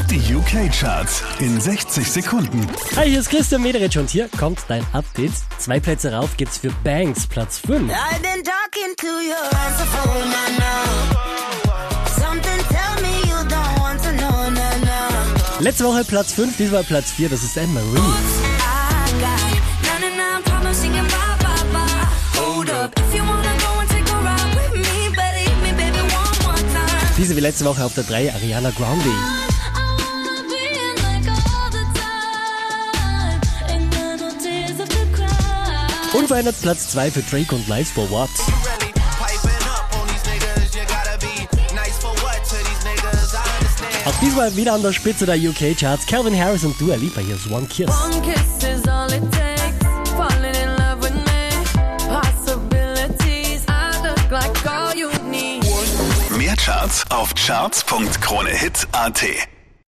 Die UK-Charts in 60 Sekunden. Hi, hier ist Christian Mederitsch und hier kommt dein Update. 2 Plätze rauf geht's für Banks, Platz 5. Letzte Woche Platz 5, diesmal Platz 4, das ist Anne-Marie. Diese wie letzte Woche auf der 3, Ariana Grande. Unverändert Platz 2 für Drake und Nice for What. Auch diesmal wieder an der Spitze der UK-Charts, Calvin Harris und Dua Lipa, hier ist One Kiss. Mehr Charts auf charts.kronehit.at.